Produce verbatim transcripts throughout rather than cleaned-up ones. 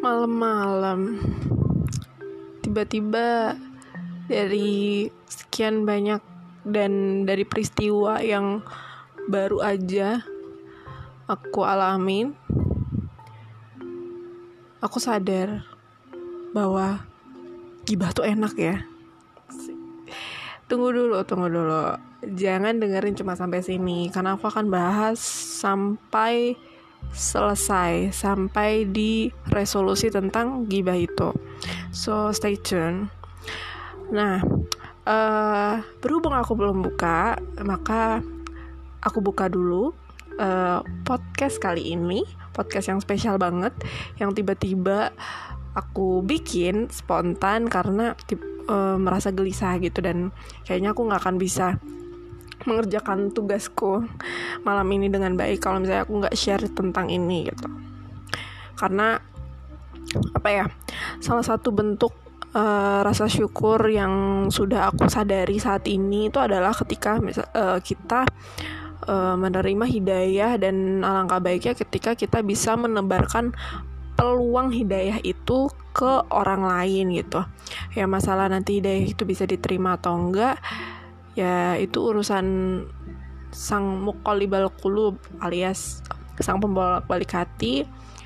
Malam-malam tiba-tiba dari sekian banyak dan dari peristiwa yang baru aja aku alamin, aku sadar bahwa gibah tuh enak ya. Tunggu dulu, tunggu dulu. Jangan dengerin cuma sampai sini, karena aku akan bahas sampai selesai, sampai di resolusi tentang gibah itu. So stay tune. Nah, uh, berhubung aku belum buka, maka aku buka dulu uh, podcast kali ini. Podcast yang spesial banget, yang tiba-tiba aku bikin spontan karena uh, merasa gelisah gitu, dan kayaknya aku gak akan bisa mengerjakan tugasku malam ini dengan baik kalau misalnya aku gak share tentang ini gitu. Karena apa ya, salah satu bentuk uh, rasa syukur yang sudah aku sadari saat ini itu adalah ketika misal, uh, kita uh, menerima hidayah, dan alangkah baiknya ketika kita bisa menebarkan peluang hidayah itu ke orang lain gitu. Ya masalah nanti hidayah itu bisa diterima atau enggak, ya itu urusan sang muqallibal qulub alias sang pembolak-balik hati.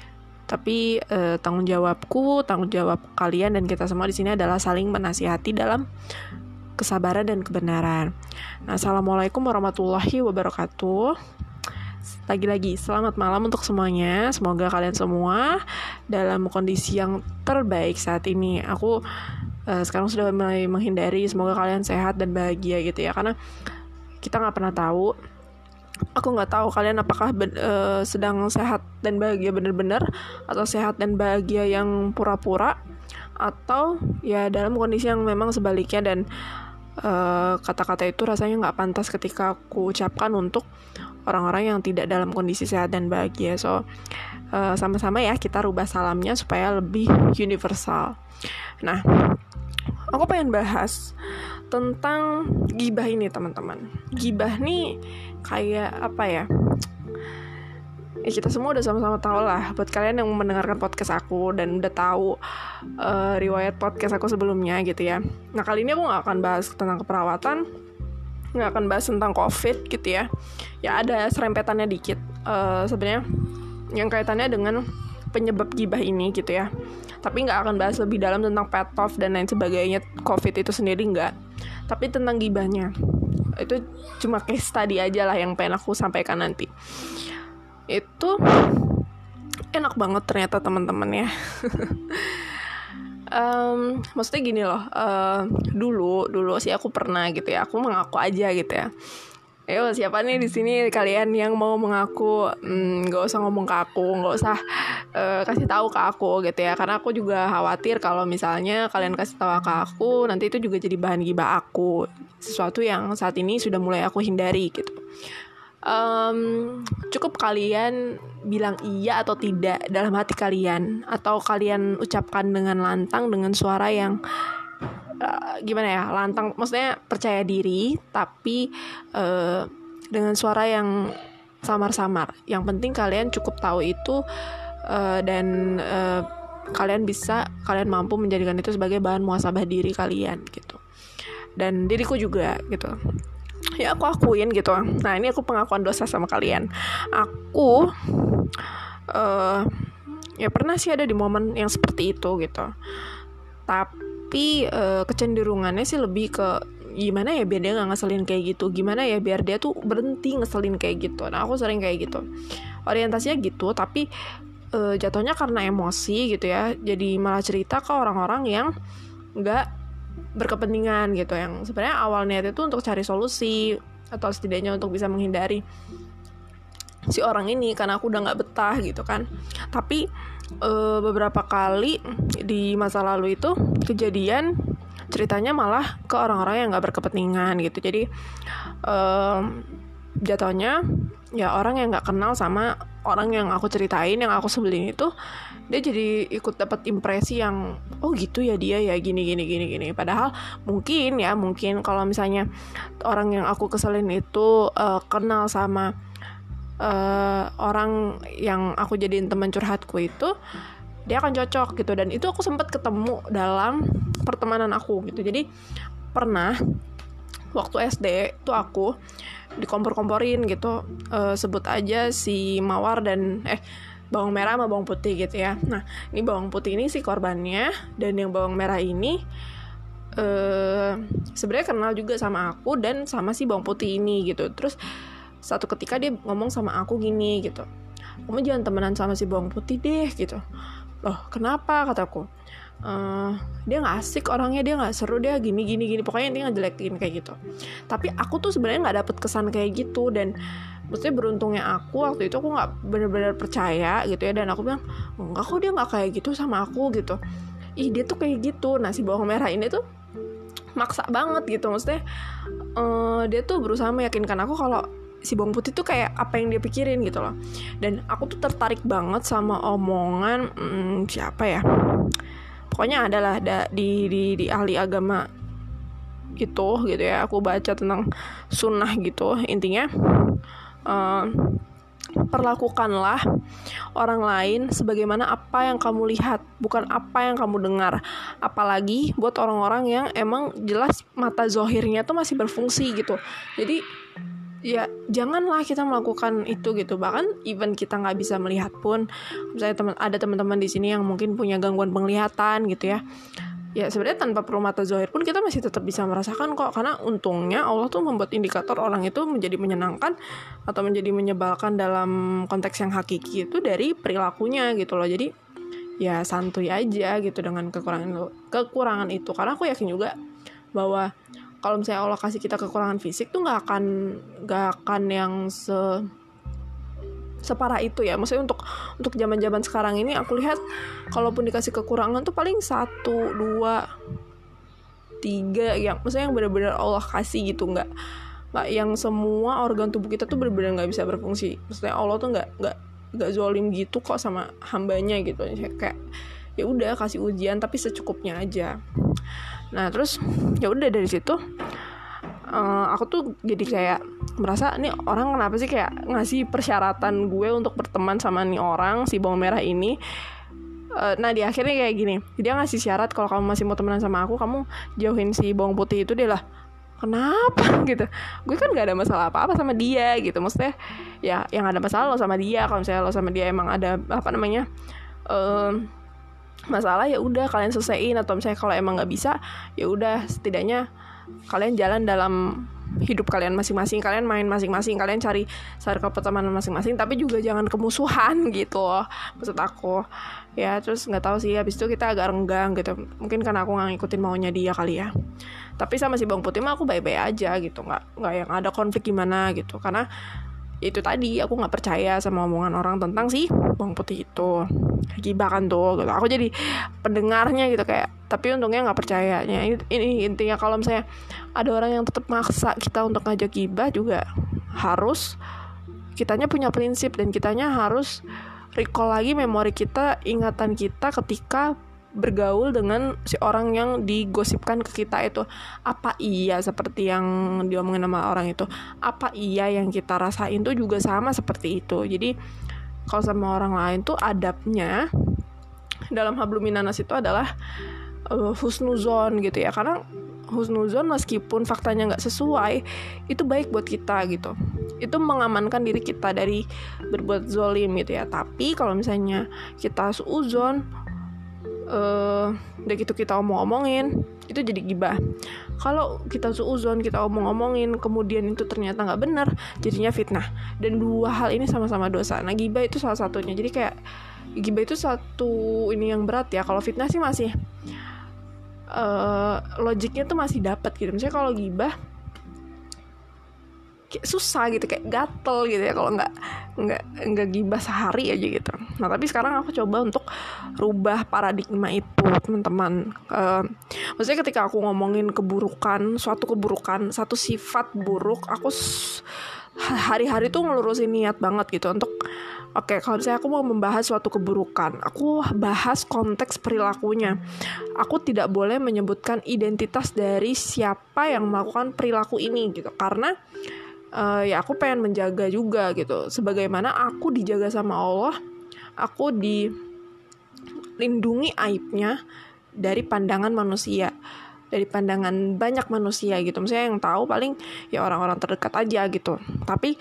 Tapi eh, tanggung jawabku, tanggung jawab kalian dan kita semua di sini adalah saling menasihati dalam kesabaran dan kebenaran. Nah, assalamualaikum warahmatullahi wabarakatuh. Lagi-lagi selamat malam untuk semuanya. Semoga kalian semua dalam kondisi yang terbaik saat ini. Aku uh, sekarang sudah mulai menghindari, semoga kalian sehat dan bahagia gitu ya, karena kita nggak pernah tahu. Aku nggak tahu kalian apakah ben, uh, sedang sehat dan bahagia benar-benar, atau sehat dan bahagia yang pura-pura, atau ya dalam kondisi yang memang sebaliknya. Dan uh, kata-kata itu rasanya nggak pantas ketika aku ucapkan untuk orang-orang yang tidak dalam kondisi sehat dan bahagia. So uh, sama-sama ya kita rubah salamnya supaya lebih universal. Nah, aku pengen bahas tentang gibah ini teman-teman. Gibah nih kayak apa ya? Ya kita semua udah sama-sama tahu lah. Buat kalian yang mendengarkan podcast aku dan udah tahu uh, riwayat podcast aku sebelumnya gitu ya. Nah, kali ini aku gak akan bahas tentang keperawatan, gak akan bahas tentang covid gitu ya. Ya ada serempetannya dikit uh, sebenarnya yang kaitannya dengan penyebab gibah ini gitu ya. Tapi gak akan bahas lebih dalam tentang petov dan lain sebagainya, covid itu sendiri enggak. Tapi tentang gibahnya, itu cuma case study aja lah yang pengen aku sampaikan nanti. Itu enak banget ternyata teman-teman ya. um, maksudnya gini loh, uh, dulu dulu sih aku pernah gitu ya, aku mengaku aja gitu ya. Ayo siapa nih di sini kalian yang mau mengaku, hmm, gak usah ngomong ke aku, gak usah uh, kasih tahu ke aku gitu ya, karena aku juga khawatir kalau misalnya kalian kasih tahu ke aku, nanti itu juga jadi bahan gibah aku, sesuatu yang saat ini sudah mulai aku hindari gitu. Um, cukup kalian bilang iya atau tidak dalam hati kalian, atau kalian ucapkan dengan lantang dengan suara yang uh, gimana ya, lantang maksudnya percaya diri, tapi uh, dengan suara yang samar-samar. Yang penting kalian cukup tahu itu, uh, dan uh, kalian bisa, kalian mampu menjadikan itu sebagai bahan muhasabah diri kalian gitu, dan diriku juga gitu. Ya aku akuin gitu. Nah ini aku pengakuan dosa sama kalian. Aku uh, ya pernah sih ada di momen yang seperti itu gitu. Tapi uh, kecenderungannya sih lebih ke gimana ya biar dia gak ngeselin kayak gitu, gimana ya biar dia tuh berhenti ngeselin kayak gitu. Nah aku sering kayak gitu, orientasinya gitu. Tapi uh, jatuhnya karena emosi gitu ya, jadi malah cerita ke orang-orang yang gak berkepentingan gitu, yang sebenarnya awal niatnya itu untuk cari solusi atau setidaknya untuk bisa menghindari si orang ini karena aku udah nggak betah gitu kan. Tapi e, beberapa kali di masa lalu itu kejadian ceritanya malah ke orang-orang yang nggak berkepentingan gitu. Jadi e, jatuhnya ya orang yang nggak kenal sama orang yang aku ceritain, yang aku sebelin itu, dia jadi ikut dapat impresi yang oh gitu ya dia ya gini gini gini gini. Padahal mungkin ya mungkin kalau misalnya orang yang aku keselin itu uh, kenal sama uh, orang yang aku jadiin teman curhatku itu, dia akan cocok gitu. Dan itu aku sempat ketemu dalam pertemanan aku gitu. Jadi pernah waktu S D tuh aku dikompor-komporin gitu, e, sebut aja si mawar dan eh bawang merah sama bawang putih gitu ya. Nah ini bawang putih ini si korbannya, dan yang bawang merah ini e, sebenarnya kenal juga sama aku dan sama si bawang putih ini gitu. Terus satu ketika dia ngomong sama aku gini gitu, kamu jangan temenan sama si bawang putih deh gitu. Loh kenapa, kataku. Uh, dia nggak asik orangnya, dia nggak seru, dia gini gini gini pokoknya dia ngejelekin kayak gitu. Tapi aku tuh sebenarnya nggak dapet kesan kayak gitu, dan maksudnya beruntungnya aku waktu itu aku nggak benar-benar percaya gitu ya, dan aku bilang enggak kok, dia nggak kayak gitu sama aku gitu. Ih dia tuh kayak gitu. Nah si bawang merah ini tuh maksa banget gitu, maksudnya uh, dia tuh berusaha meyakinkan aku kalau si bawang putih tuh kayak apa yang dia pikirin gitu loh. Dan aku tuh tertarik banget sama omongan hmm, siapa ya, pokoknya adalah da, di, di di ahli agama itu gitu ya. Aku baca tentang sunnah gitu. Intinya uh, perlakukanlah orang lain sebagaimana apa yang kamu lihat, bukan apa yang kamu dengar. Apalagi buat orang-orang yang emang jelas mata zohirnya tuh masih berfungsi gitu. Jadi ya janganlah kita melakukan itu gitu. Bahkan even kita nggak bisa melihat pun, misalnya teman ada teman-teman di sini yang mungkin punya gangguan penglihatan gitu ya, ya sebenarnya tanpa perlu mata zahir pun kita masih tetap bisa merasakan kok. Karena untungnya Allah tuh membuat indikator orang itu menjadi menyenangkan atau menjadi menyebalkan dalam konteks yang hakiki itu dari perilakunya gitu loh. Jadi ya santuy aja gitu dengan kekurangan kekurangan itu. Karena aku yakin juga bahwa kalau misalnya Allah kasih kita kekurangan fisik tuh nggak akan nggak akan yang se separah itu ya. Maksudnya untuk untuk zaman-zaman sekarang ini aku lihat kalaupun dikasih kekurangan tuh paling satu, dua, tiga yang maksudnya yang benar-benar Allah kasih gitu, nggak nggak yang semua organ tubuh kita tuh benar-benar nggak bisa berfungsi. Maksudnya Allah tuh nggak nggak nggak zolim gitu kok sama hambanya gitu. Kayak ya udah kasih ujian tapi secukupnya aja. Nah terus ya udah dari situ uh, aku tuh jadi kayak merasa nih orang kenapa sih kayak ngasih persyaratan gue untuk berteman sama nih orang si bawang merah ini. Uh, nah di akhirnya kayak gini, dia ngasih syarat kalau kamu masih mau temenan sama aku, kamu jauhin si bawang putih itu deh lah. Kenapa gitu? Gue kan gak ada masalah apa-apa sama dia gitu. Maksudnya ya yang ada masalah lo sama dia. Kalau misalnya lo sama dia emang ada apa namanya uh, masalah, ya udah kalian selesaiin. Atau misalnya kalau emang nggak bisa, ya udah setidaknya kalian jalan dalam hidup kalian masing-masing, kalian main masing-masing, kalian cari circle pertemanan masing-masing, tapi juga jangan kemusuhan gitu loh, maksud aku ya. Terus nggak tahu sih, habis itu kita agak renggang gitu, mungkin karena aku nggak ngikutin maunya dia kali ya. Tapi sama si bawang putih mah aku baik-baik aja gitu, nggak nggak yang ada konflik gimana gitu. Karena itu tadi aku nggak percaya sama omongan orang tentang si bawang putih itu, gibah kan tuh gitu. Aku jadi pendengarnya gitu kayak, tapi untungnya nggak percayanya. Ini, ini intinya kalau misalnya ada orang yang tetap maksa kita untuk ngajak gibah, juga harus kitanya punya prinsip dan kitanya harus recall lagi memori kita, ingatan kita ketika bergaul dengan si orang yang digosipkan ke kita itu. Apa iya seperti yang diomongin sama orang itu? Apa iya yang kita rasain tuh juga sama seperti itu? Jadi kalau sama orang lain tuh adabnya dalam habluminanas itu adalah uh, husnuzon gitu ya. Karena husnuzon meskipun faktanya nggak sesuai, itu baik buat kita gitu. Itu mengamankan diri kita dari berbuat zolim gitu ya. Tapi kalau misalnya kita suuzon, Uh, udah gitu kita omong-omongin, itu jadi gibah. Kalau kita suuzon, kita omong-omongin, kemudian itu ternyata nggak benar, jadinya fitnah. Dan dua hal ini sama-sama dosa. Nah gibah itu salah satunya. Jadi kayak gibah itu satu ini yang berat ya. Kalau fitnah sih masih uh, logiknya tuh masih dapat gitu. Misalnya kalau gibah kayak susah gitu, kayak gatel gitu ya kalau nggak nggak nggak gibah sehari aja gitu. Nah tapi sekarang aku coba untuk rubah paradigma itu teman-teman. Uh, maksudnya ketika aku ngomongin keburukan, suatu keburukan, satu sifat buruk, aku s- hari-hari tuh ngelurusin niat banget gitu untuk oke, okay, kalau misalnya aku mau membahas suatu keburukan, aku bahas konteks perilakunya. Aku tidak boleh menyebutkan identitas dari siapa yang melakukan perilaku ini gitu, karena Uh, ya aku pengen menjaga juga gitu, sebagaimana aku dijaga sama Allah, aku di lindungi aibnya dari pandangan manusia, dari pandangan banyak manusia gitu. Maksudnya yang tahu paling ya orang-orang terdekat aja gitu. Tapi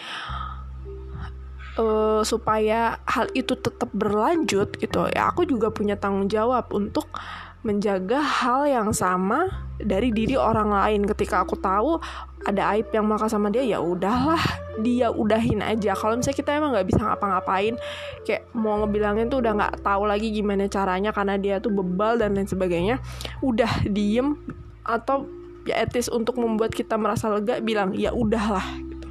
uh, supaya hal itu tetap berlanjut gitu, ya aku juga punya tanggung jawab untuk menjaga hal yang sama dari diri orang lain. Ketika aku tahu ada aib yang melekat sama dia, ya udahlah, dia udahin aja. Kalau misalnya kita emang nggak bisa ngapa-ngapain, kayak mau ngebilangin tuh udah nggak tahu lagi gimana caranya karena dia tuh bebal dan lain sebagainya, udah diem. Atau ya etis untuk membuat kita merasa lega, bilang ya udahlah gitu.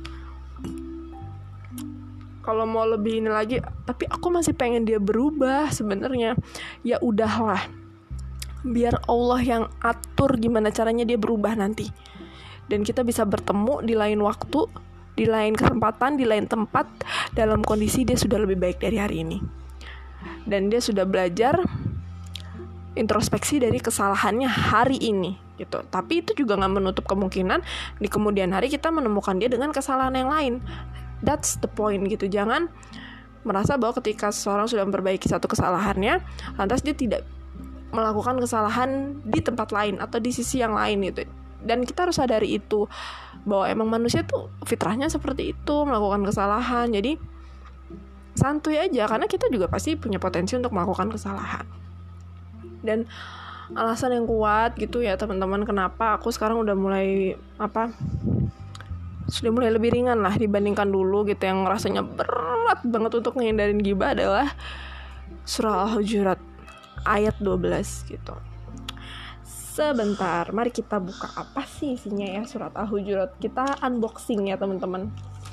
Kalau mau lebih ini lagi, tapi aku masih pengen dia berubah sebenarnya, ya udahlah, biar Allah yang atur gimana caranya dia berubah nanti. Dan kita bisa bertemu di lain waktu, di lain kesempatan, di lain tempat, dalam kondisi dia sudah lebih baik dari hari ini. Dan dia sudah belajar introspeksi dari kesalahannya hari ini gitu. Tapi itu juga gak menutup kemungkinan di kemudian hari kita menemukan dia dengan kesalahan yang lain. That's the point gitu. Jangan merasa bahwa ketika seseorang sudah memperbaiki satu kesalahannya, lantas dia tidak melakukan kesalahan di tempat lain atau di sisi yang lain gitu. Dan kita harus sadari itu, bahwa emang manusia tuh fitrahnya seperti itu, melakukan kesalahan. Jadi santuy aja, karena kita juga pasti punya potensi untuk melakukan kesalahan. Dan alasan yang kuat gitu ya teman-teman, kenapa aku sekarang udah mulai apa sudah mulai lebih ringan lah dibandingkan dulu gitu, yang rasanya berat banget untuk menghindarin ghibah, adalah surah Al-Hujurat ayat dua belas gitu. Sebentar, mari kita buka apa sih isinya ya surat Al-Hujurat. Kita unboxing ya teman-teman,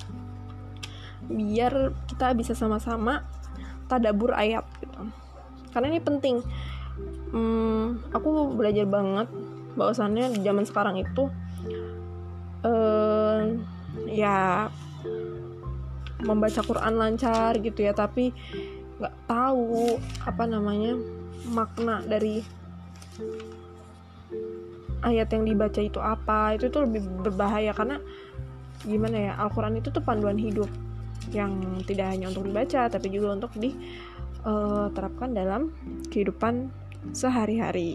biar kita bisa sama-sama tadabbur ayat gitu. Karena ini penting. Hmm, aku belajar banget bahwasannya di zaman sekarang itu uh, ya membaca Quran lancar gitu ya, tapi nggak tahu apa namanya makna dari ayat yang dibaca itu apa. Itu tuh lebih berbahaya, karena gimana ya, Al-Quran itu tuh panduan hidup yang tidak hanya untuk dibaca tapi juga untuk diterapkan dalam kehidupan sehari-hari.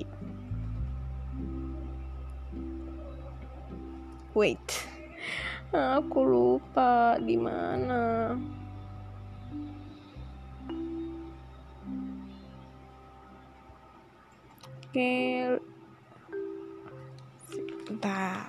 Wait, aku lupa di mana. Oke, bentar.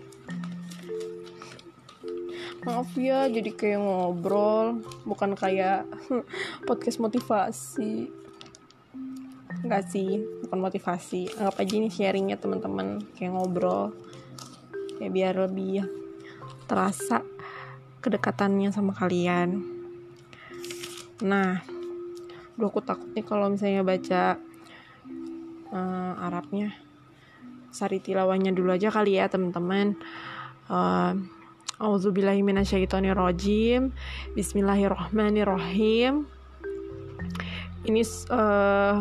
Maaf ya, jadi kayak ngobrol, bukan kayak podcast motivasi. Enggak sih, bukan motivasi. Anggap aja ini sharingnya teman-teman, kayak ngobrol, ya biar lebih terasa kedekatannya sama kalian. Nah, duh aku takut nih kalau misalnya baca uh, Arabnya. Sari tilawahnya dulu aja kali ya teman-teman. Uh, Auzubillahi minasyaitonirrajim. Bismillahirrahmanirrahim. Ini uh,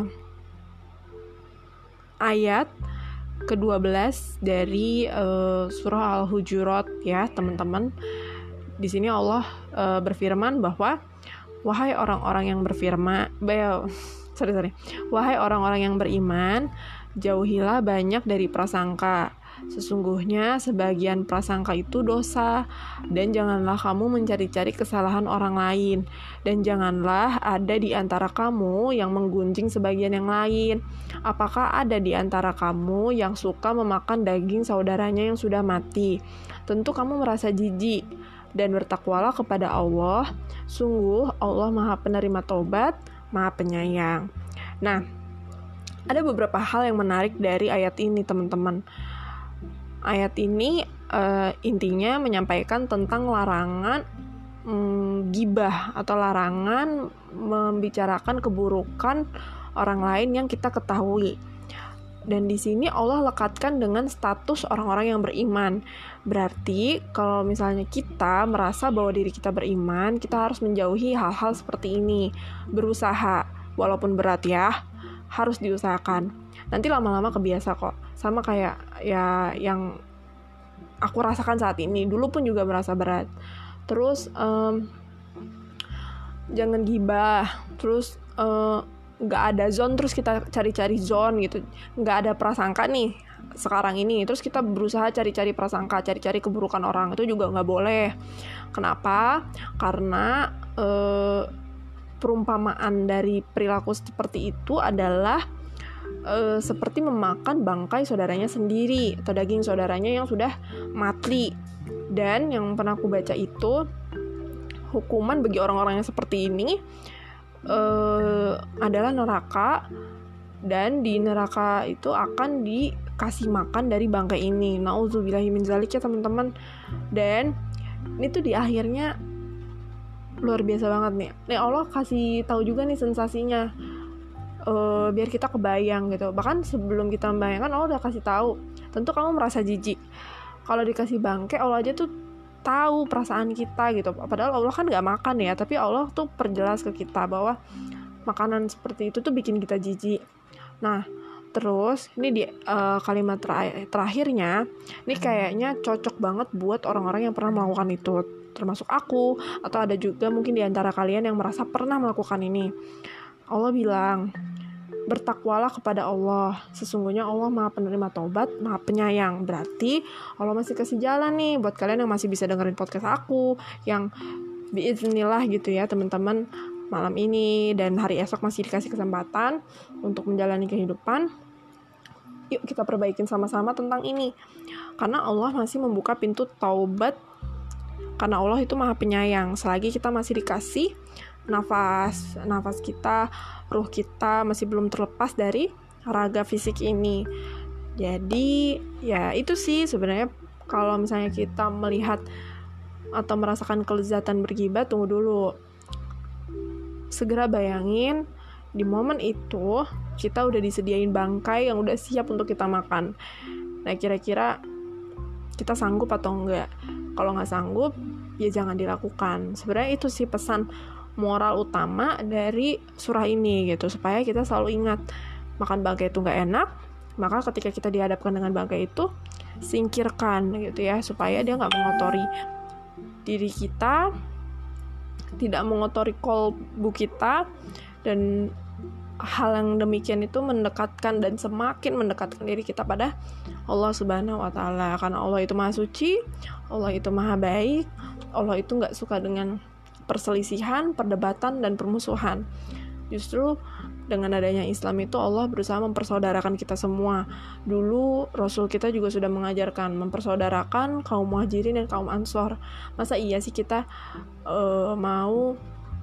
ayat kedua belas dari uh, surah Al-Hujurat ya teman-teman. Di sini Allah uh, berfirman bahwa wahai orang-orang yang berfirman, bah, sorry sorry, wahai orang-orang yang beriman, jauhilah banyak dari prasangka. Sesungguhnya sebagian prasangka itu dosa, dan janganlah kamu mencari-cari kesalahan orang lain, dan janganlah ada di antara kamu yang menggunjing sebagian yang lain. Apakah ada di antara kamu yang suka memakan daging saudaranya yang sudah mati? Tentu kamu merasa jijik, dan bertakwalah kepada Allah. Sungguh Allah Maha Penerima Taubat, Maha Penyayang. Nah, ada beberapa hal yang menarik dari ayat ini teman-teman. Ayat ini uh, intinya menyampaikan tentang larangan mm, ghibah atau larangan membicarakan keburukan orang lain yang kita ketahui. Dan di sini Allah lekatkan dengan status orang-orang yang beriman. Berarti kalau misalnya kita merasa bahwa diri kita beriman, kita harus menjauhi hal-hal seperti ini. Berusaha, walaupun berat ya, harus diusahakan. Nanti lama-lama kebiasa kok. Sama kayak ya yang aku rasakan saat ini. Dulu pun juga merasa berat. Terus um, jangan ghibah. Terus uh, nggak ada zon terus kita cari-cari zon gitu, nggak ada prasangka nih sekarang ini terus kita berusaha cari-cari prasangka, cari-cari keburukan orang, itu juga nggak boleh. Kenapa? Karena eh, perumpamaan dari perilaku seperti itu adalah eh, seperti memakan bangkai saudaranya sendiri atau daging saudaranya yang sudah mati. Dan yang pernah aku baca itu, hukuman bagi orang-orang yang seperti ini Uh, adalah neraka, dan di neraka itu akan dikasih makan dari bangkai ini. Nauzubillahi min dzalik ya teman-teman. Dan ini tuh di akhirnya luar biasa banget nih. Nih Allah kasih tahu juga nih sensasinya, uh, biar kita kebayang gitu. Bahkan sebelum kita membayangkan Allah udah kasih tahu. Tentu kamu merasa jijik kalau dikasih bangkai, Allah aja tuh tahu perasaan kita gitu. Padahal Allah kan gak makan ya, tapi Allah tuh perjelas ke kita bahwa makanan seperti itu tuh bikin kita jijik. Nah terus ini di uh, kalimat ter- terakhirnya ini kayaknya cocok banget buat orang-orang yang pernah melakukan itu, termasuk aku, atau ada juga mungkin di antara kalian yang merasa pernah melakukan ini. Allah bilang, bertakwalah kepada Allah, sesungguhnya Allah maha penerima taubat, maha penyayang. Berarti Allah masih kasih jalan nih buat kalian yang masih bisa dengerin podcast aku, yang biiznillah gitu ya teman-teman, malam ini dan hari esok masih dikasih kesempatan untuk menjalani kehidupan. Yuk kita perbaikin sama-sama tentang ini, karena Allah masih membuka pintu taubat, karena Allah itu maha penyayang. Selagi kita masih dikasih nafas, nafas kita, ruh kita masih belum terlepas dari raga fisik ini. Jadi ya itu sih sebenarnya, kalau misalnya kita melihat atau merasakan kelezatan bergibah, tunggu dulu. Segera bayangin di momen itu kita udah disediain bangkai yang udah siap untuk kita makan. Nah kira-kira kita sanggup atau enggak? Kalau nggak sanggup ya jangan dilakukan. Sebenarnya itu sih pesan moral utama dari surah ini gitu, supaya kita selalu ingat, makan bangkai itu gak enak, maka ketika kita dihadapkan dengan bangkai itu, singkirkan gitu ya, supaya dia gak mengotori diri kita, tidak mengotori kolbu kita, dan hal yang demikian itu mendekatkan dan semakin mendekatkan diri kita pada Allah Subhanahu wa Ta'ala. Karena Allah itu maha suci, Allah itu maha baik, Allah itu gak suka dengan perselisihan, perdebatan, dan permusuhan. Justru dengan adanya Islam itu Allah berusaha mempersaudarakan kita semua. Dulu Rasul kita juga sudah mengajarkan mempersaudarakan kaum muhajirin dan kaum ansor. Masa iya sih kita uh, mau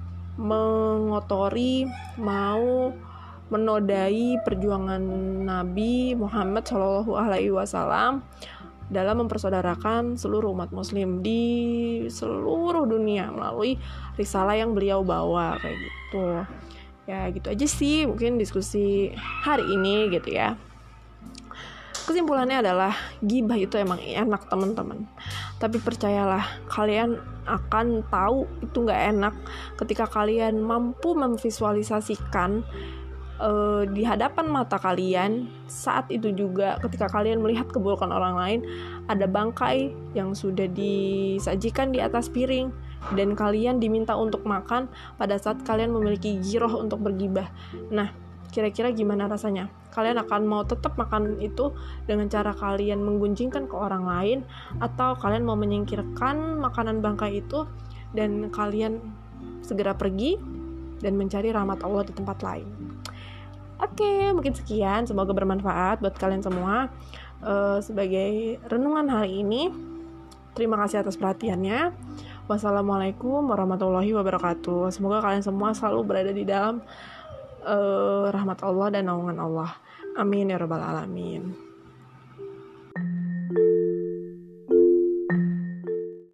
mengotori, mau menodai perjuangan Nabi Muhammad shallallahu alaihi wasallam dalam mempersaudarakan seluruh umat muslim di seluruh dunia melalui risalah yang beliau bawa, kayak gitu. Ya gitu aja sih mungkin diskusi hari ini gitu ya. Kesimpulannya adalah gibah itu emang enak teman-teman, tapi percayalah kalian akan tahu itu gak enak ketika kalian mampu memvisualisasikan Uh, di hadapan mata kalian. Saat itu juga ketika kalian melihat keburukan orang lain, ada bangkai yang sudah disajikan di atas piring dan kalian diminta untuk makan pada saat kalian memiliki giroh untuk bergibah. Nah kira-kira gimana rasanya? Kalian akan mau tetap makan itu dengan cara kalian menggunjingkan ke orang lain, atau kalian mau menyingkirkan makanan bangkai itu dan kalian segera pergi dan mencari rahmat Allah di tempat lain? Oke, mungkin sekian. Semoga bermanfaat buat kalian semua. Uh, sebagai renungan hari ini, terima kasih atas perhatiannya. Wassalamualaikum warahmatullahi wabarakatuh. Semoga kalian semua selalu berada di dalam uh, rahmat Allah dan naungan Allah. Amin ya rabbal alamin.